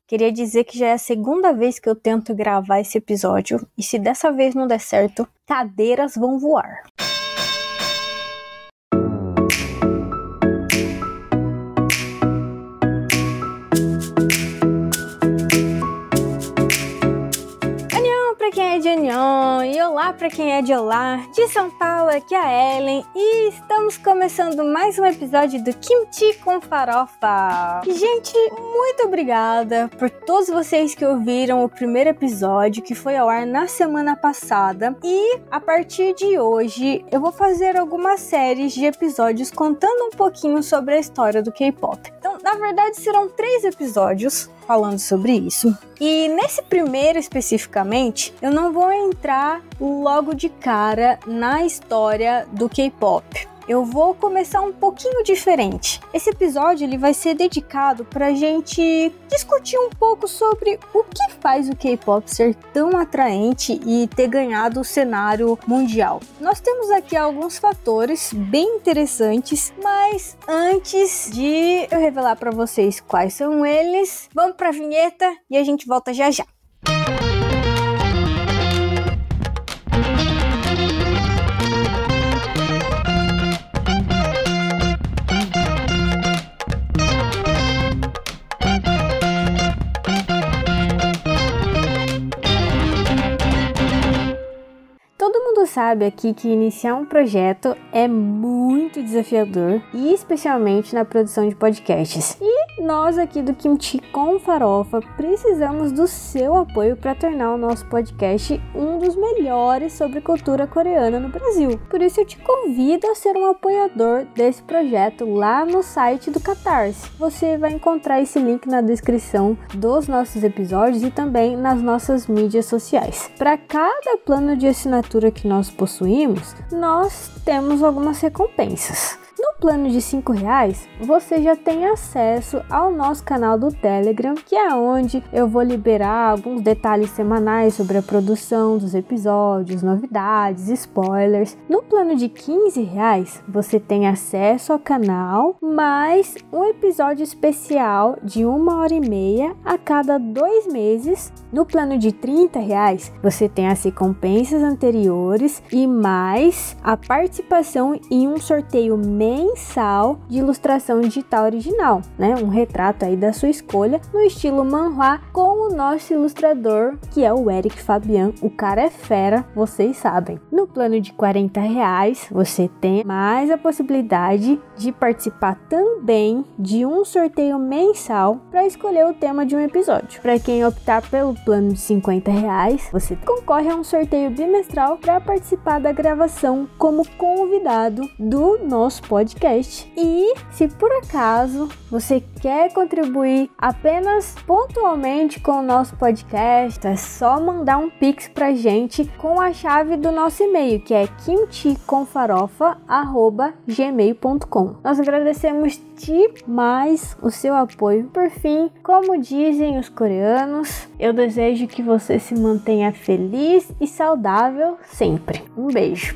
queria dizer que já é a segunda vez que eu tento gravar esse episódio, e se dessa vez não der certo, cadeiras vão voar. Quem é de Anion, e olá para quem é de olá, de São Paulo, aqui é a Ellen, e estamos começando mais um episódio do Kimchi com Farofa. Gente, muito obrigada por todos vocês que ouviram o primeiro episódio, que foi ao ar na semana passada, e a partir de hoje eu vou fazer algumas séries de episódios contando um pouquinho sobre a história do K-pop. Então, na verdade, serão 3 episódios falando sobre isso. E nesse primeiro especificamente, eu não vou entrar logo de cara na história do K-pop. Eu vou começar um pouquinho diferente. Esse episódio ele vai ser dedicado pra gente discutir um pouco sobre o que faz o K-pop ser tão atraente e ter ganhado o cenário mundial. Nós temos aqui alguns fatores bem interessantes, mas antes de eu revelar pra vocês quais são eles, vamos pra vinheta e a gente volta já já. Todo mundo sabe aqui que iniciar um projeto é muito desafiador, e especialmente na produção de podcasts. E nós aqui do Kimchi com Farofa precisamos do seu apoio para tornar o nosso podcast um dos melhores sobre cultura coreana no Brasil. Por isso eu te convido a ser um apoiador desse projeto lá no site do Catarse. Você vai encontrar esse link na descrição dos nossos episódios e também nas nossas mídias sociais. Para cada plano de assinatura que nós possuímos, nós temos algumas recompensas. No plano de R$5, você já tem acesso ao nosso canal do Telegram, que é onde eu vou liberar alguns detalhes semanais sobre a produção dos episódios, novidades, spoilers. No plano de R$15, você tem acesso ao canal, mais um episódio especial de 1h30 a cada 2 meses. No plano de R$30, você tem as recompensas anteriores e mais a participação em um sorteio mensal de ilustração digital original, né? Um retrato aí da sua escolha no estilo manhwa com o nosso ilustrador, que é o Eric Fabian. O cara é fera, vocês sabem. No plano de R$40, você tem mais a possibilidade de participar também de um sorteio mensal para escolher o tema de um episódio. Para quem optar pelo plano de R$50, você concorre a um sorteio bimestral para participar da gravação como convidado do nosso podcast. E se por acaso você quer contribuir apenas pontualmente com o nosso podcast, é só mandar um pix pra gente com a chave do nosso e-mail, que é kimchiconfarofa@gmail.com. Nós agradecemos demais o seu apoio. Por fim, como dizem os coreanos, eu desejo que você se mantenha feliz e saudável sempre. Um beijo.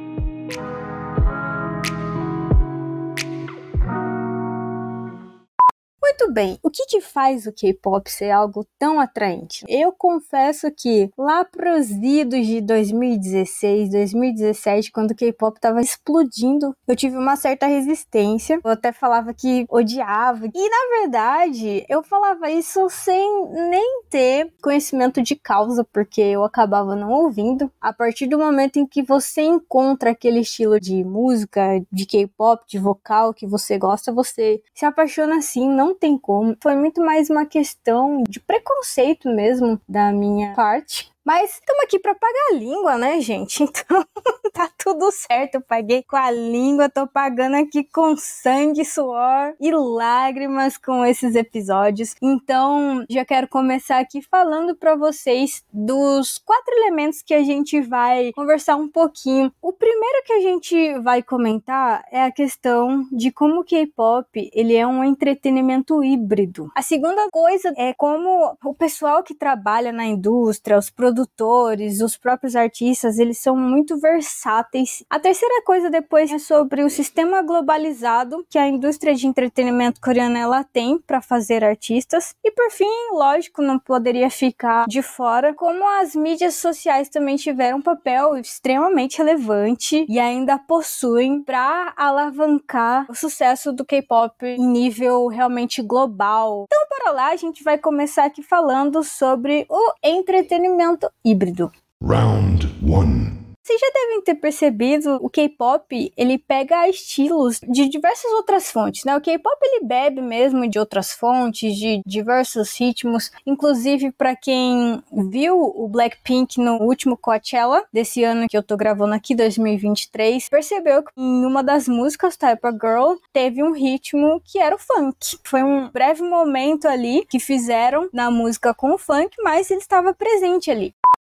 Muito bem, o que faz o K-pop ser algo tão atraente? Eu confesso que lá pros idos de 2016, 2017, quando o K-pop tava explodindo, eu tive uma certa resistência. Eu até falava que odiava. E na verdade, eu falava isso sem nem ter conhecimento de causa, porque eu acabava não ouvindo. A partir do momento em que você encontra aquele estilo de música, de K-pop, de vocal que você gosta, você se apaixona assim, não tem como. Foi muito mais uma questão de preconceito mesmo da minha parte. Mas estamos aqui para pagar a língua, né, gente? Então tá tudo certo. Eu paguei com a língua, tô pagando aqui com sangue, suor e lágrimas com esses episódios. Então já quero começar aqui falando para vocês dos 4 elementos que a gente vai conversar um pouquinho. O primeiro que a gente vai comentar é a questão de como o K-pop ele é um entretenimento híbrido. A segunda coisa é como o pessoal que trabalha na indústria, os produtores produtores, os próprios artistas, eles são muito versáteis. A terceira coisa depois é sobre o sistema globalizado que a indústria de entretenimento coreana ela tem para fazer artistas. E por fim, lógico, não poderia ficar de fora, como as mídias sociais também tiveram um papel extremamente relevante e ainda possuem para alavancar o sucesso do K-pop em nível realmente global. Então, para lá, a gente vai começar aqui falando sobre o entretenimento híbrido. Round 1. Vocês já devem ter percebido, o K-pop, ele pega estilos de diversas outras fontes, né? O K-pop, ele bebe mesmo de outras fontes, de diversos ritmos. Inclusive, para quem viu o Blackpink no último Coachella, desse ano que eu tô gravando aqui, 2023, percebeu que em uma das músicas, Type of Girl, teve um ritmo que era o funk. Foi um breve momento ali que fizeram na música com o funk, mas ele estava presente ali.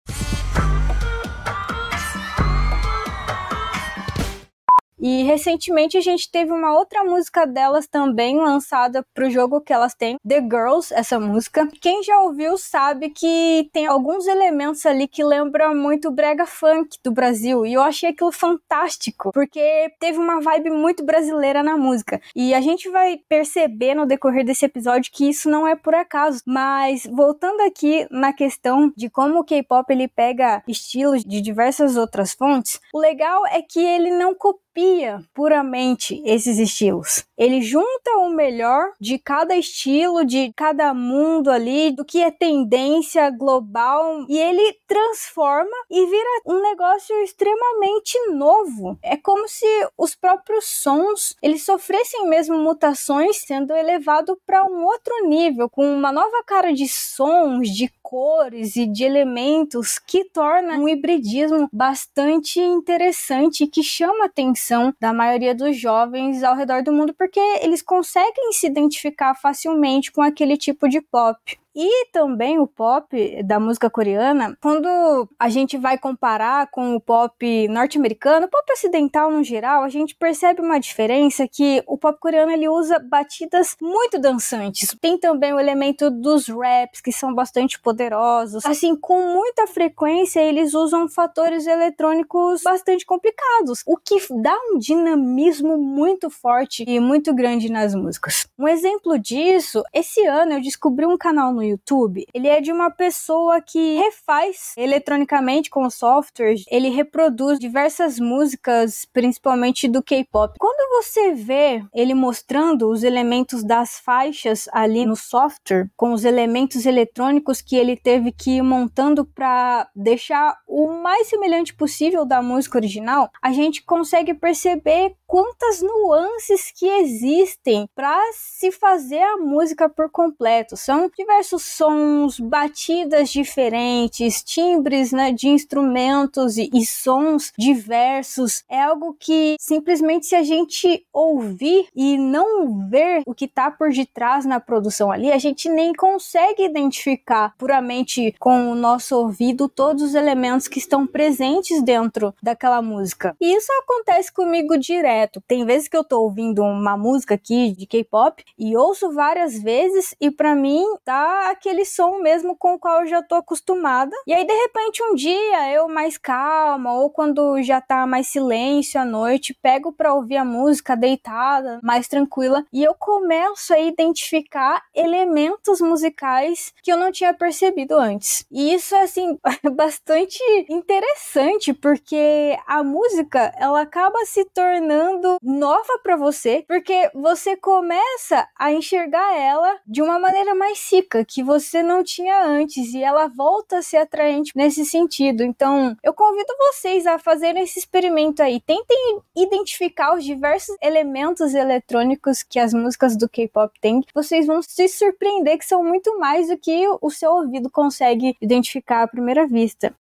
E recentemente a gente teve uma outra música delas também lançada pro jogo que elas têm, The Girls, essa música. Quem já ouviu sabe que tem alguns elementos ali que lembram muito o brega funk do Brasil. E eu achei aquilo fantástico, porque teve uma vibe muito brasileira na música. E a gente vai perceber no decorrer desse episódio que isso não é por acaso. Mas voltando aqui na questão de como o K-pop ele pega estilos de diversas outras fontes, o legal é que ele não copia puramente esses estilos. Ele junta o melhor de cada estilo, de cada mundo ali, do que é tendência global, e ele transforma e vira um negócio extremamente novo. É como se os próprios sons, eles sofressem mesmo mutações, sendo elevado para um outro nível, com uma nova cara de sons, de cores e de elementos que torna um hibridismo bastante interessante, que chama a atenção da maioria dos jovens ao redor do mundo, porque eles conseguem se identificar facilmente com aquele tipo de pop. E também o pop da música coreana, quando a gente vai comparar com o pop norte-americano, o pop ocidental no geral, a gente percebe uma diferença que o pop coreano ele usa batidas muito dançantes. Tem também o elemento dos raps, que são bastante poderosos. Assim, com muita frequência, eles usam fatores eletrônicos bastante complicados, o que dá um dinamismo muito forte e muito grande nas músicas. Um exemplo disso, esse ano eu descobri um canal no YouTube, ele é de uma pessoa que refaz eletronicamente com softwares, ele reproduz diversas músicas, principalmente do K-pop. Quando você vê ele mostrando os elementos das faixas ali no software, com os elementos eletrônicos que ele teve que ir montando para deixar o mais semelhante possível da música original, a gente consegue perceber quantas nuances que existem para se fazer a música por completo. São diversos sons, batidas diferentes, timbres, né, de instrumentos e sons diversos. É algo que simplesmente, se a gente ouvir e não ver o que está por detrás na produção ali, a gente nem consegue identificar puramente com o nosso ouvido todos os elementos que estão presentes dentro daquela música. E isso acontece comigo direto. Tem vezes que eu tô ouvindo uma música aqui de K-pop e ouço várias vezes e pra mim tá aquele som mesmo com o qual eu já tô acostumada. E aí de repente um dia eu mais calma ou quando já tá mais silêncio à noite, pego pra ouvir a música deitada, mais tranquila, e eu começo a identificar elementos musicais que eu não tinha percebido antes. E isso é assim bastante interessante, porque a música ela acaba se tornando nova pra você, porque você começa a enxergar ela de uma maneira mais rica, que você não tinha antes, e ela volta a ser atraente nesse sentido. Então, eu convido vocês a fazerem esse experimento aí. Tentem identificar os diversos elementos eletrônicos que as músicas do K-pop têm. Vocês vão se surpreender que são muito mais do que o seu ouvido consegue identificar à primeira vista.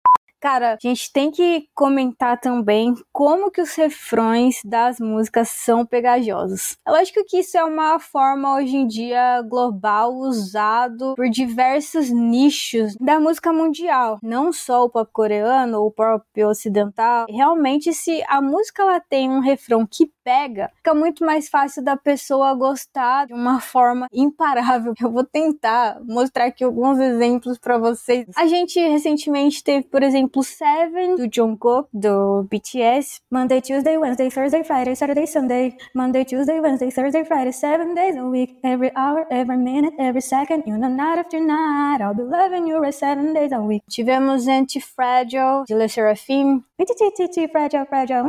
Cara, a gente tem que comentar também como que os refrões das músicas são pegajosos. É lógico que isso é uma forma hoje em dia global usado por diversos nichos da música mundial, não só o pop coreano ou o pop ocidental. Realmente, se a música ela tem um refrão que pega, fica muito mais fácil da pessoa gostar de uma forma imparável. Eu vou tentar mostrar aqui alguns exemplos pra vocês. A gente recentemente teve, por exemplo, Seven, do Jungkook, do BTS. Monday, Tuesday, Wednesday, Thursday, Friday, Saturday, Sunday. Monday, Tuesday, Wednesday, Thursday, Friday, 7 days a week. Every hour, every minute, every second. You know, night after night, I'll be loving you right 7 days a week. Tivemos Anti-Fragile, de Le Sserafim. Fragile, fragile,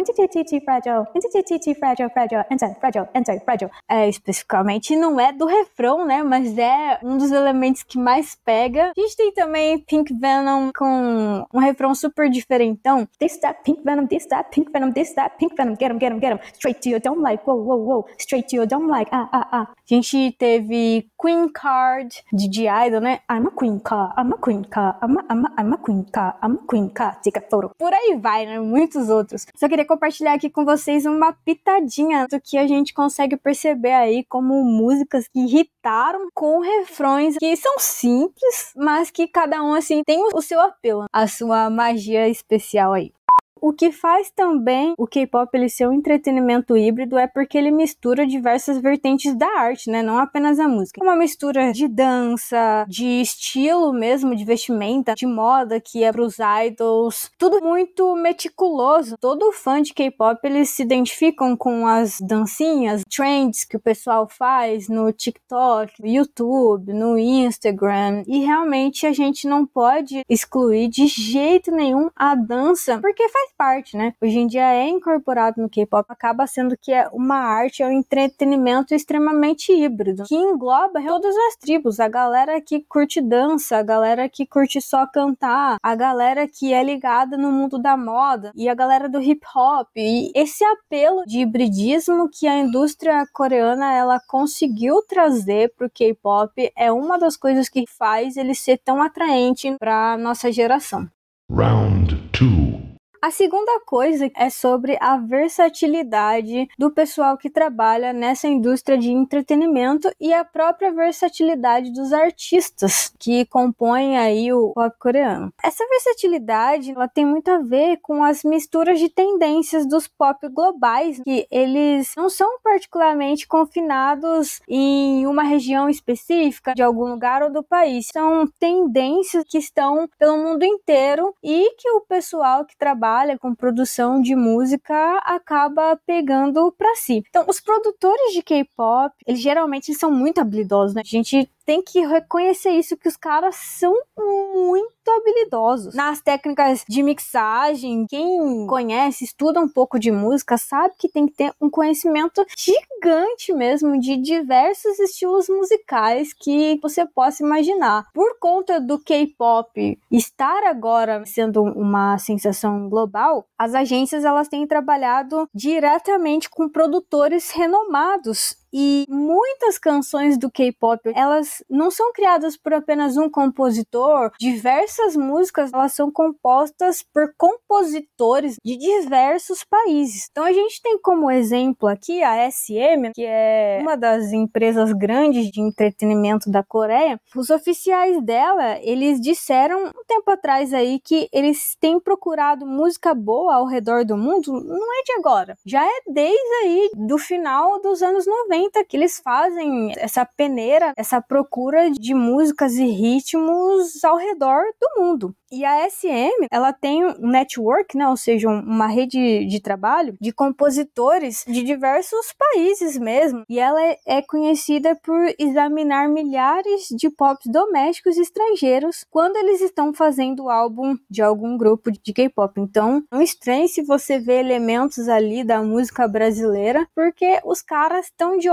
fragile, fragile, fragile, anti-fragile. Especificamente não é do refrão, né? Mas é um dos elementos que mais pega. A gente tem também Pink Venom com um refrão super diferentão. This, that, Pink Venom, this, that, Pink Venom, this, that, Pink Venom, get him, get him, get him. Straight to your dome like, whoa, whoa, whoa. Straight to your dome like, A gente teve Queen Card, de G-Idol, né? I'm a Queen Card, I'm a Queen Card, I'm a Queen Card, I'm a Queen Card, take a photo. Por aí vai, né? Muitos outros. Só queria compartilhar aqui com vocês uma pitadinha do que a gente consegue perceber aí como músicas que irritaram com refrões que são simples, mas que cada um, assim, tem o seu apelo, a sua magia especial aí. O que faz também o K-pop ele ser um entretenimento híbrido é porque ele mistura diversas vertentes da arte, né? Não apenas a música. Uma mistura de dança, de estilo mesmo, de vestimenta, de moda, que é pros idols. Tudo muito meticuloso. Todo fã de K-pop, eles se identificam com as dancinhas, trends que o pessoal faz no TikTok, no YouTube, no Instagram. E realmente a gente não pode excluir de jeito nenhum a dança, porque faz parte, né? Hoje em dia é incorporado no K-pop, acaba sendo que é uma arte, é um entretenimento extremamente híbrido, que engloba todas as tribos, a galera que curte dança, a galera que curte só cantar, a galera que é ligada no mundo da moda e a galera do hip hop. E esse apelo de hibridismo que a indústria coreana ela conseguiu trazer pro K-pop é uma das coisas que faz ele ser tão atraente para nossa geração. Round 2. A segunda coisa é sobre a versatilidade do pessoal que trabalha nessa indústria de entretenimento e a própria versatilidade dos artistas que compõem aí o pop coreano. Essa versatilidade, ela tem muito a ver com as misturas de tendências dos pop globais, que eles não são particularmente confinados em uma região específica de algum lugar ou do país. São tendências que estão pelo mundo inteiro e que o pessoal que trabalha com produção de música acaba pegando pra si. Então, os produtores de K-pop, eles geralmente são muito habilidosos, né? A gente tem que reconhecer isso, que os caras são muito habilidosos nas técnicas de mixagem. Quem conhece, estuda um pouco de música, sabe que tem que ter um conhecimento gigante mesmo de diversos estilos musicais que você possa imaginar. Por conta do K-pop estar agora sendo uma sensação global, as agências elas têm trabalhado diretamente com produtores renomados. E muitas canções do K-pop, elas não são criadas por apenas um compositor. Diversas músicas, elas são compostas por compositores de diversos países. Então a gente tem como exemplo aqui a SM, que é uma das empresas grandes de entretenimento da Coreia. Os oficiais dela, eles disseram um tempo atrás aí que eles têm procurado música boa ao redor do mundo, não é de agora. Já é desde aí do final dos anos 90 que eles fazem essa peneira, essa procura de músicas e ritmos ao redor do mundo. E a SM, ela tem um network, né, ou seja, uma rede de trabalho de compositores de diversos países mesmo. E ela é conhecida por examinar milhares de pops domésticos e estrangeiros quando eles estão fazendo o álbum de algum grupo de K-pop. Então, não estranhe se você vê elementos ali da música brasileira, porque os caras estão de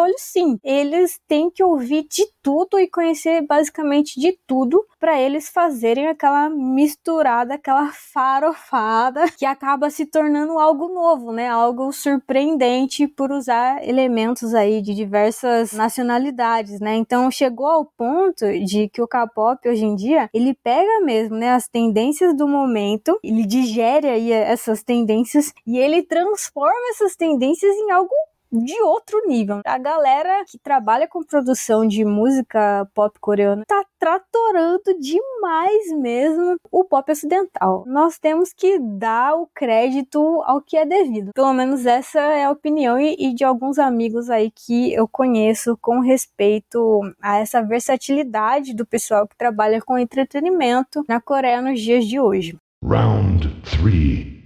olho sim. Eles têm que ouvir de tudo e conhecer basicamente de tudo para eles fazerem aquela misturada, aquela farofada que acaba se tornando algo novo, né? Algo surpreendente por usar elementos aí de diversas nacionalidades, né? Então chegou ao ponto de que o K-pop hoje em dia, ele pega mesmo, né, as tendências do momento, ele digere aí essas tendências e ele transforma essas tendências em algo de outro nível. A galera que trabalha com produção de música pop coreana tá tratorando demais mesmo o pop ocidental. Nós temos que dar o crédito ao que é devido. Pelo menos essa é a opinião e de alguns amigos aí que eu conheço com respeito a essa versatilidade do pessoal que trabalha com entretenimento na Coreia nos dias de hoje. Round 3.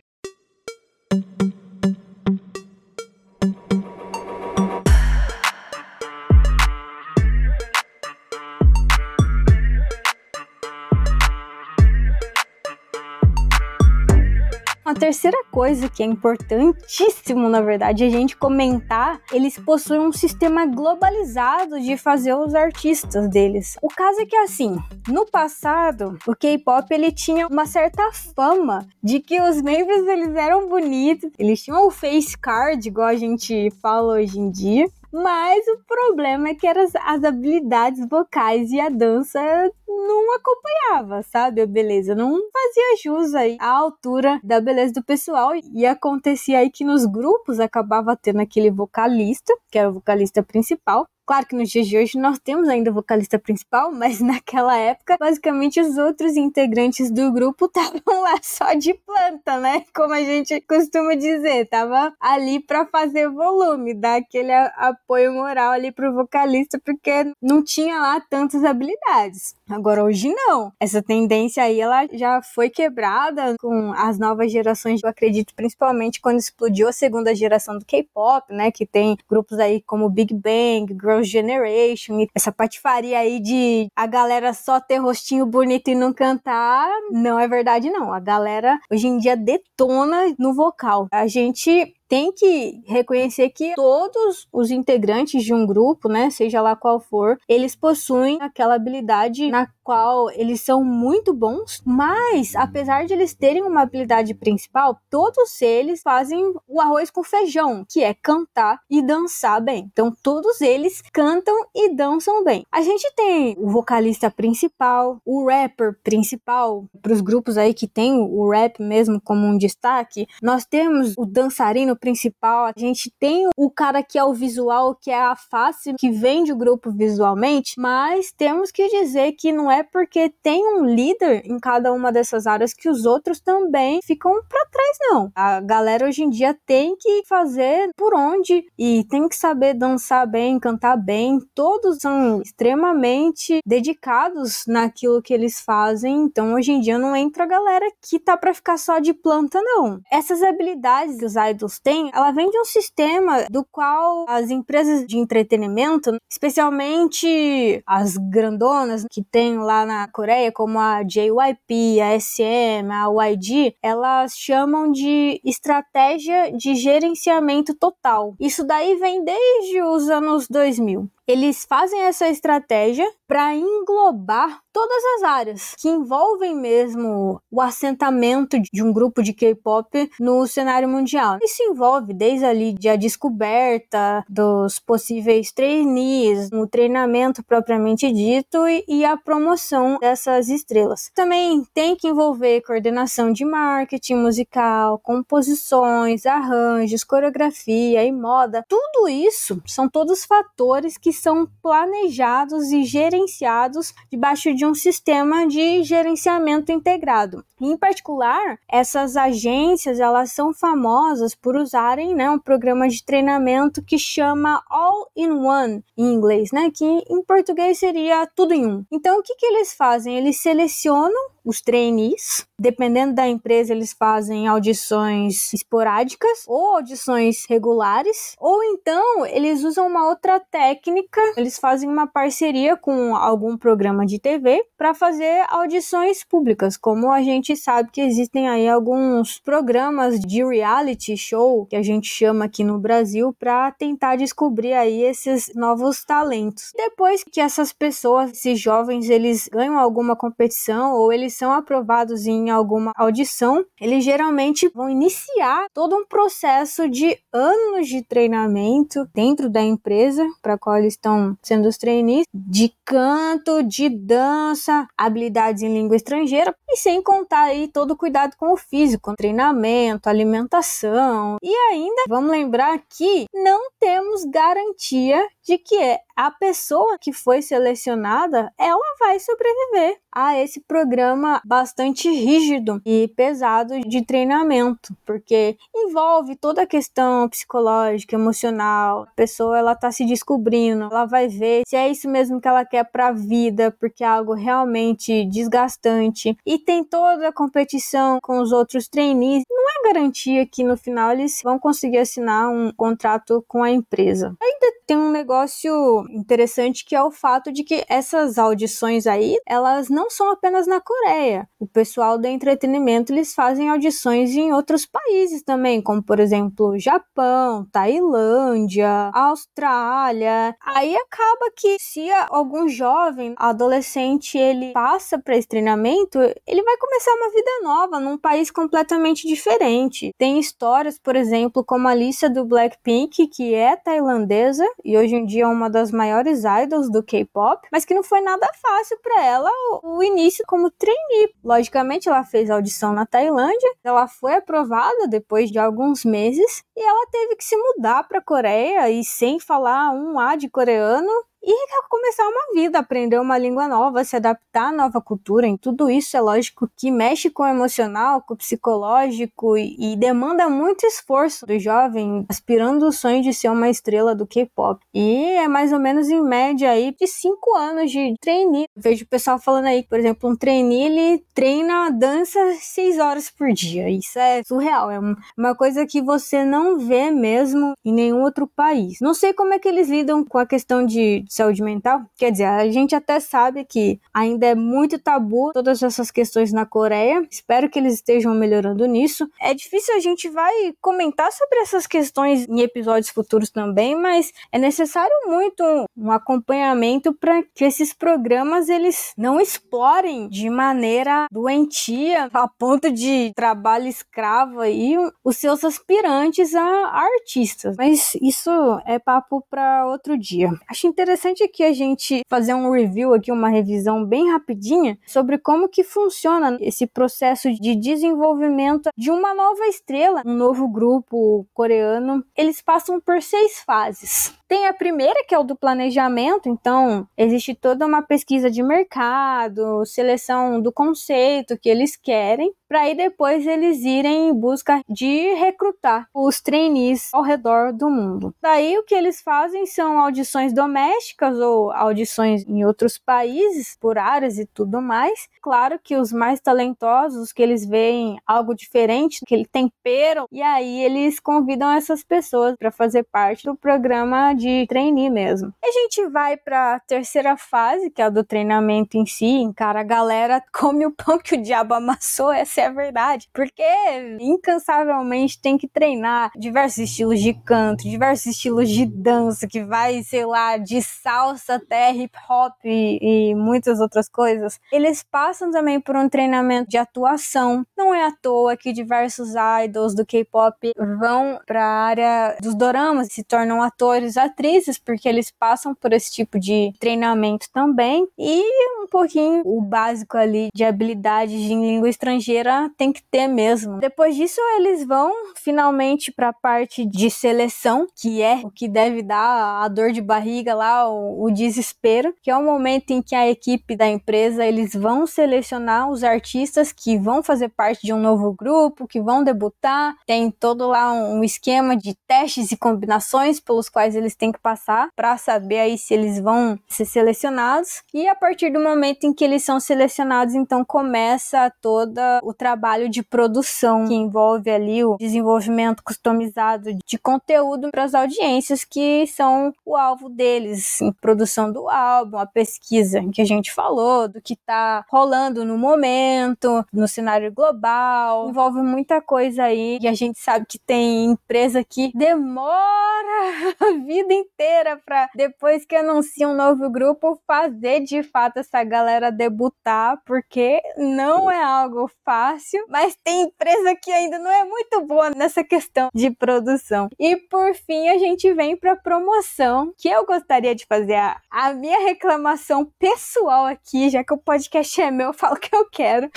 Uma terceira coisa que é importantíssimo, na verdade, a gente comentar, eles possuem um sistema globalizado de fazer os artistas deles. O caso é que, assim, no passado, o K-pop, ele tinha uma certa fama de que os membros, eles eram bonitos, eles tinham o face card, igual a gente fala hoje em dia, mas o problema é que as habilidades vocais e a dança não acompanhava, sabe? A beleza não fazia jus aí à altura da beleza do pessoal. E acontecia aí que nos grupos acabava tendo aquele vocalista, que era o vocalista principal. Claro que nos dias de hoje nós temos ainda o vocalista principal, mas naquela época, basicamente, os outros integrantes do grupo estavam lá só de planta, né? Como a gente costuma dizer, tava ali pra fazer volume, dar aquele apoio moral ali pro vocalista, porque não tinha lá tantas habilidades. Agora, hoje não. Essa tendência aí, ela já foi quebrada com as novas gerações, eu acredito, principalmente quando explodiu a segunda geração do K-pop, né? Que tem grupos aí como Big Bang, Girls' Generation, e essa patifaria aí de a galera só ter rostinho bonito e não cantar, não é verdade não. A galera hoje em dia detona no vocal. A gente tem que reconhecer que todos os integrantes de um grupo, né, seja lá qual for, eles possuem aquela habilidade na qual eles são muito bons, mas apesar de eles terem uma habilidade principal, todos eles fazem o arroz com feijão, que é cantar e dançar bem. Então todos eles cantam e dançam bem. A gente tem o vocalista principal, o rapper principal, para os grupos aí que tem o rap mesmo como um destaque, nós temos o dançarino principal, a gente tem o cara que é o visual, que é a face que vende o grupo visualmente, mas temos que dizer que não é porque tem um líder em cada uma dessas áreas que os outros também ficam pra trás, não. A galera hoje em dia tem que fazer por onde e tem que saber dançar bem, cantar bem, todos são extremamente dedicados naquilo que eles fazem, então hoje em dia não entra a galera que tá pra ficar só de planta, não. Essas habilidades que os idols têm, ela vem de um sistema do qual as empresas de entretenimento, especialmente as grandonas que tem lá na Coreia, como a JYP, a SM, a YG, elas chamam de estratégia de gerenciamento total. Isso daí vem desde os anos 2000. Eles fazem essa estratégia para englobar todas as áreas que envolvem mesmo o assentamento de um grupo de K-pop no cenário mundial. Isso envolve desde ali a descoberta dos possíveis trainees, o treinamento propriamente dito e a promoção dessas estrelas. Também tem que envolver coordenação de marketing musical, composições, arranjos, coreografia e moda. Tudo isso são todos fatores que são planejados e gerenciados debaixo de um sistema de gerenciamento integrado. Em particular, essas agências, elas são famosas por usarem, né, um programa de treinamento que chama All-in-One, em inglês, né, que em português seria tudo em um. Então, o que eles fazem? Eles selecionam os trainees. Dependendo da empresa, eles fazem audições esporádicas ou audições regulares, ou então eles usam uma outra técnica, eles fazem uma parceria com algum programa de TV para fazer audições públicas, como a gente sabe que existem aí alguns programas de reality show, que a gente chama aqui no Brasil, para tentar descobrir aí esses novos talentos. Depois que essas pessoas, esses jovens, eles ganham alguma competição ou eles são aprovados em alguma audição, eles geralmente vão iniciar todo um processo de anos de treinamento dentro da empresa para qual eles estão sendo os trainees, de canto, de dança, habilidades em língua estrangeira, e sem contar aí todo o cuidado com o físico, treinamento, alimentação. E ainda, vamos lembrar que não temos garantia de que a pessoa que foi selecionada, ela vai sobreviver a esse programa bastante rígido e pesado de treinamento, porque envolve toda a questão psicológica, emocional. A pessoa, ela tá se descobrindo, ela vai ver se é isso mesmo que ela quer para a vida, porque é algo realmente desgastante, e tem toda a competição com os outros trainees. Não é garantia que no final eles vão conseguir assinar um contrato com a empresa. Ainda tem um negócio interessante, que é o fato de que essas audições aí, elas não são apenas na Coreia. O pessoal do entretenimento, eles fazem audições em outros países também, como por exemplo Japão, Tailândia, Austrália. Aí acaba que se algum jovem, adolescente, ele passa para esse treinamento, ele vai começar uma vida nova num país completamente diferente. Tem histórias, por exemplo, como a Lisa do Blackpink, que é tailandesa e hoje em dia é uma das maiores idols do K-pop, mas que não foi nada fácil para ela o início como trainee. Logicamente, ela fez audição na Tailândia, ela foi aprovada depois de alguns meses e ela teve que se mudar para a Coreia e sem falar um A de coreano, e começar uma vida, aprender uma língua nova, se adaptar à nova cultura. Em tudo isso, é lógico que mexe com o emocional, com o psicológico e demanda muito esforço do jovem aspirando o sonho de ser uma estrela do K-pop. E é mais ou menos em média aí de 5 anos de trainee. Vejo o pessoal falando aí, por exemplo, um trainee, ele treina dança 6 horas por dia. Isso é surreal, é uma coisa que você não vê mesmo em nenhum outro país. Não sei como é que eles lidam com a questão de saúde mental, quer dizer, a gente até sabe que ainda é muito tabu todas essas questões na Coreia, espero que eles estejam melhorando nisso. É difícil, a gente vai comentar sobre essas questões em episódios futuros também, mas é necessário muito um acompanhamento para que esses programas eles não explorem de maneira doentia a ponto de trabalho escravo aí os seus aspirantes a artistas, mas isso é papo para outro dia. Acho interessante aqui a gente fazer um review aqui, uma revisão bem rapidinha sobre como que funciona esse processo de desenvolvimento de uma nova estrela, um novo grupo coreano. Eles passam por 6 fases. Tem a primeira, que é o do planejamento, então existe toda uma pesquisa de mercado, seleção do conceito que eles querem, para aí depois eles irem em busca de recrutar os trainees ao redor do mundo. Daí o que eles fazem são audições domésticas ou audições em outros países, por áreas e tudo mais. Claro que os mais talentosos, que eles veem algo diferente, que eles temperam, e aí eles convidam essas pessoas para fazer parte do programa de trainee mesmo. A gente vai para a terceira fase, que é a do treinamento em si. Cara, a galera come o pão que o diabo amassou, essa é a verdade, porque incansavelmente tem que treinar diversos estilos de canto, diversos estilos de dança, que vai, sei lá, de salsa até hip hop e muitas outras coisas. Eles passam também por um treinamento de atuação. Não é à toa que diversos idols do K-pop vão para a área dos doramas e se tornam atores, atrizes, porque eles passam por esse tipo de treinamento também. E um pouquinho o básico ali de habilidades em língua estrangeira inteira tem que ter mesmo. Depois disso, eles vão finalmente para a parte de seleção, que é o que deve dar a dor de barriga lá, o desespero, que é o momento em que a equipe da empresa, eles vão selecionar os artistas que vão fazer parte de um novo grupo, que vão debutar. Tem todo lá um esquema de testes e combinações pelos quais eles têm que passar para saber aí se eles vão ser selecionados. E a partir do momento em que eles são selecionados, então começa todo o trabalho de produção, que envolve ali o desenvolvimento customizado de conteúdo para as audiências que são o alvo deles, em produção do álbum, a pesquisa que a gente falou, do que está rolando no momento, no cenário global, envolve muita coisa aí, e a gente sabe que tem empresa que demora a vida inteira para, depois que anuncia um novo grupo, fazer de fato essa galera debutar, porque não é algo fácil, mas tem empresa que ainda não é muito boa nessa questão de produção. E por fim a gente vem para promoção, que eu gostaria de fazer a minha reclamação pessoal aqui, já que o podcast é meu, eu falo o que eu quero.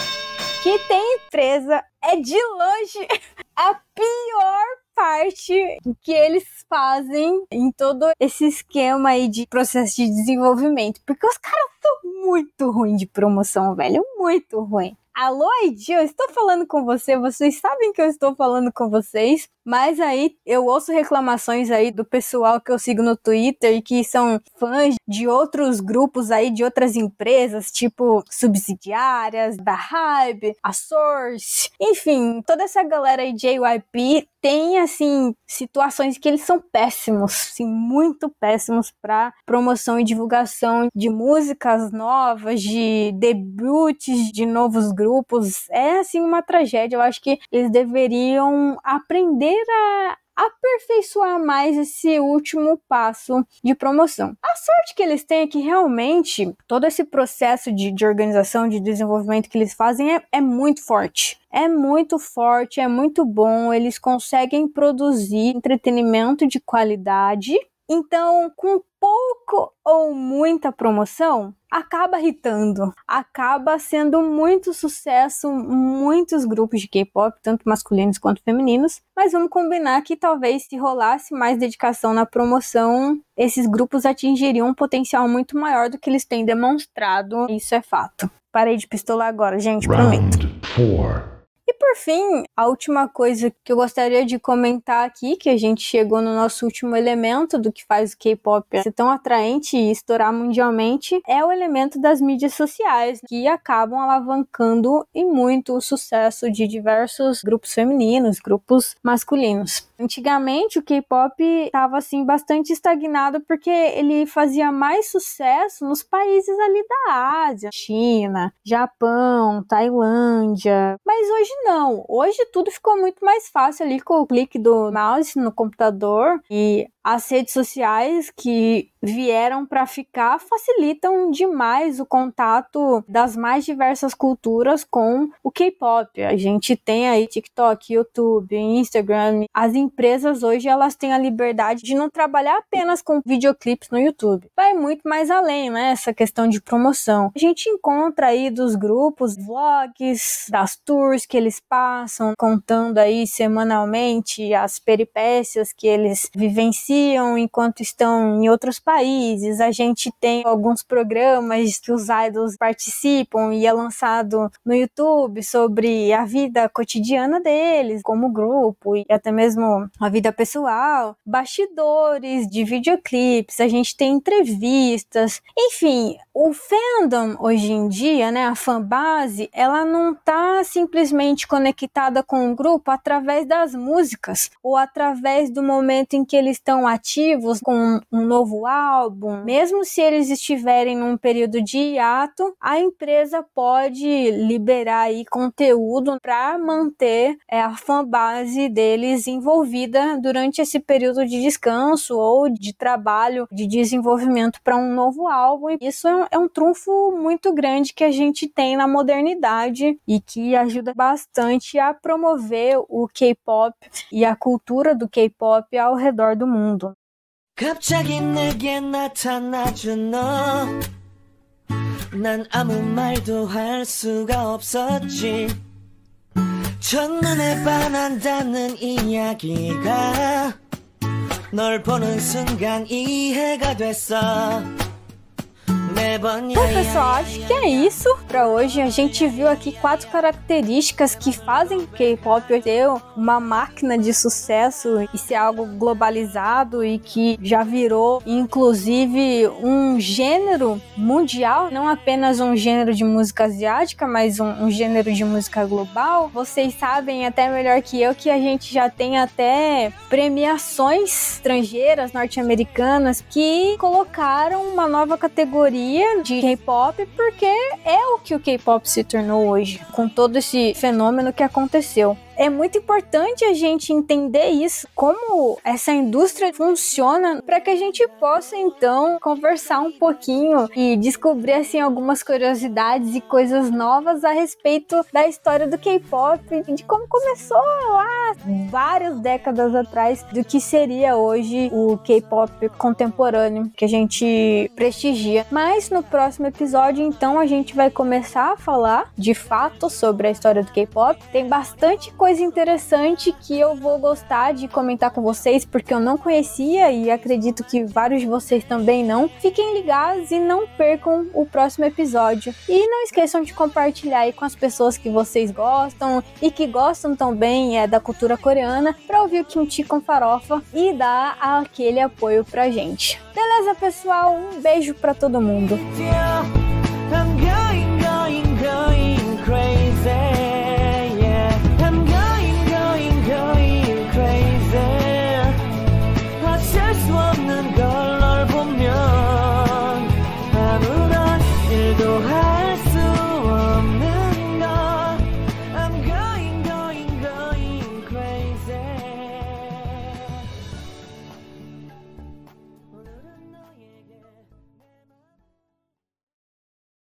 Que tem empresa, é de longe a pior parte que eles fazem em todo esse esquema aí de processo de desenvolvimento, porque os caras são muito ruins de promoção, velho, muito ruim. Alô, Edi, eu estou falando com você, vocês sabem que eu estou falando com vocês, mas aí eu ouço reclamações aí do pessoal que eu sigo no Twitter e que são fãs de outros grupos aí, de outras empresas, tipo Subsidiárias, da Hybe, a Source, enfim, toda essa galera aí de JYP tem, assim, situações que eles são péssimos, assim, muito péssimos para promoção e divulgação de músicas novas, de debuts de novos grupos. É, assim, uma tragédia. Eu acho que eles deveriam aprender a aperfeiçoar mais esse último passo de promoção. A sorte que eles têm é que realmente todo esse processo de organização, de desenvolvimento que eles fazem é muito forte. É muito forte, é muito bom, eles conseguem produzir entretenimento de qualidade. Então, com pouco ou muita promoção, acaba hitando, acaba sendo muito sucesso, muitos grupos de K-pop, tanto masculinos quanto femininos, mas vamos combinar que talvez se rolasse mais dedicação na promoção, esses grupos atingiriam um potencial muito maior do que eles têm demonstrado, isso é fato. Parei de pistolar agora, gente, prometo. Round 4. E por fim, a última coisa que eu gostaria de comentar aqui, que a gente chegou no nosso último elemento do que faz o K-pop ser tão atraente e estourar mundialmente, é o elemento das mídias sociais, que acabam alavancando e muito o sucesso de diversos grupos femininos, grupos masculinos. Antigamente o K-pop estava assim bastante estagnado porque ele fazia mais sucesso nos países ali da Ásia, China, Japão, Tailândia, mas hoje não. Hoje tudo ficou muito mais fácil ali com o clique do mouse no computador, e as redes sociais que vieram para ficar facilitam demais o contato das mais diversas culturas com o K-pop. A gente tem aí TikTok, YouTube, Instagram. As empresas hoje elas têm a liberdade de não trabalhar apenas com videoclipes no YouTube. Vai muito mais além, né? Essa questão de promoção. A gente encontra aí dos grupos, vlogs, das tours que eles passam, contando aí semanalmente as peripécias que eles vivenciam enquanto estão em outros países. A gente tem alguns programas que os idols participam e é lançado no YouTube sobre a vida cotidiana deles como grupo e até mesmo a vida pessoal, bastidores de videoclipes, a gente tem entrevistas, enfim, o fandom hoje em dia, né, a fanbase, ela não tá simplesmente conectada com o grupo através das músicas ou através do momento em que eles estão ativos com um novo álbum. Mesmo se eles estiverem num período de hiato, a empresa pode liberar aí conteúdo para manter a fanbase deles envolvida durante esse período de descanso ou de trabalho, de desenvolvimento para um novo álbum. E isso é um trunfo muito grande que a gente tem na modernidade e que ajuda bastante a promover o K-pop e a cultura do K-pop ao redor do mundo. 갑자기 내게 나타나준 너 난 아무 말도 할 수가 없었지 첫눈에 반한다는 이야기가 널 보는 순간 이해가 됐어. Bom, pessoal, acho que é isso pra hoje. A gente viu aqui 4 características que fazem o K-pop ter uma máquina de sucesso e ser algo globalizado e que já virou, inclusive, um gênero mundial, não apenas um gênero de música asiática, mas um gênero de música global. Vocês sabem até melhor que eu que a gente já tem até premiações estrangeiras, norte-americanas, que colocaram uma nova categoria de K-pop, porque é o que o K-pop se tornou hoje, com todo esse fenômeno que aconteceu. É muito importante a gente entender isso, como essa indústria funciona, para que a gente possa, então, conversar um pouquinho e descobrir, assim, algumas curiosidades e coisas novas a respeito da história do K-pop, de como começou lá várias décadas atrás, do que seria hoje o K-pop contemporâneo, que a gente prestigia. Mas no próximo episódio, então, a gente vai começar a falar, de fato, sobre a história do K-pop. Tem bastante coisa interessante que eu vou gostar de comentar com vocês, porque eu não conhecia e acredito que vários de vocês também não. Fiquem ligados e não percam o próximo episódio. E não esqueçam de compartilhar aí com as pessoas que vocês gostam e que gostam também da cultura coreana, para ouvir o Kimchi com Farofa e dar aquele apoio pra gente. Beleza, pessoal? Um beijo pra todo mundo.